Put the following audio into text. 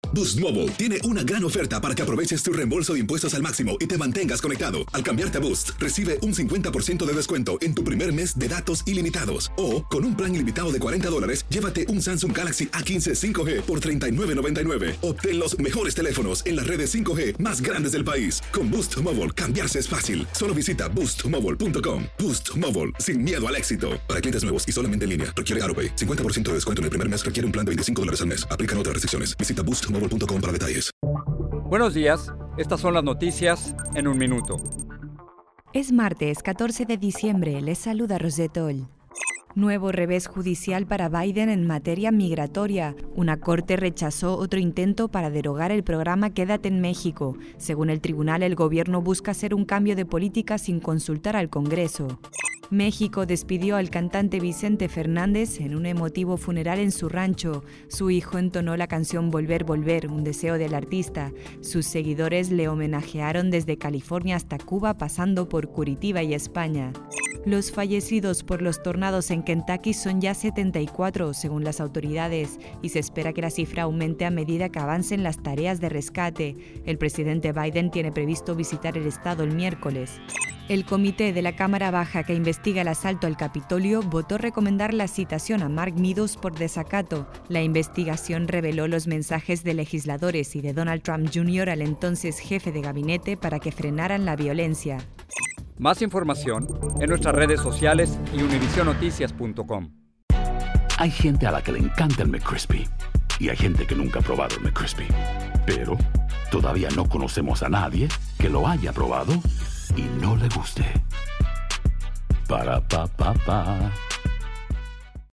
Boost Mobile tiene una gran oferta para que aproveches tu reembolso de impuestos al máximo y te mantengas conectado. Al cambiarte a Boost, recibe un 50% de descuento en tu primer mes de datos ilimitados. O, con un plan ilimitado de $40, llévate un Samsung Galaxy A15 5G por $39.99. Obtén los mejores teléfonos en las redes 5G más grandes del país. Con Boost Mobile, cambiarse es fácil. Solo visita boostmobile.com. Boost Mobile, sin miedo al éxito. Para clientes nuevos y solamente en línea, requiere AroPay. 50% de descuento en el primer mes requiere un plan de $25 al mes. Aplican otras restricciones. Visita boostmobile.com para detalles. Buenos días, estas son las noticias en un minuto. Es martes 14 de diciembre, les saluda Rosetol. Nuevo revés judicial para Biden en materia migratoria. Una corte rechazó otro intento para derogar el programa Quédate en México. Según el tribunal, el gobierno busca hacer un cambio de política sin consultar al Congreso. México despidió al cantante Vicente Fernández en un emotivo funeral en su rancho. Su hijo entonó la canción Volver, Volver, un deseo del artista. Sus seguidores le homenajearon desde California hasta Cuba, pasando por Curitiba y España. Los fallecidos por los tornados en Kentucky son ya 74, según las autoridades, y se espera que la cifra aumente a medida que avancen las tareas de rescate. El presidente Biden tiene previsto visitar el estado el miércoles. El comité de la Cámara Baja que investiga el asalto al Capitolio votó recomendar la citación a Mark Meadows por desacato. La investigación reveló los mensajes de legisladores y de Donald Trump Jr. al entonces jefe de gabinete para que frenaran la violencia. Más información en nuestras redes sociales y univisionoticias.com. Hay gente a la que le encanta el McCrispy y hay gente que nunca ha probado el McCrispy. Pero todavía no conocemos a nadie que lo haya probado y no le guste. Para pa pa pa.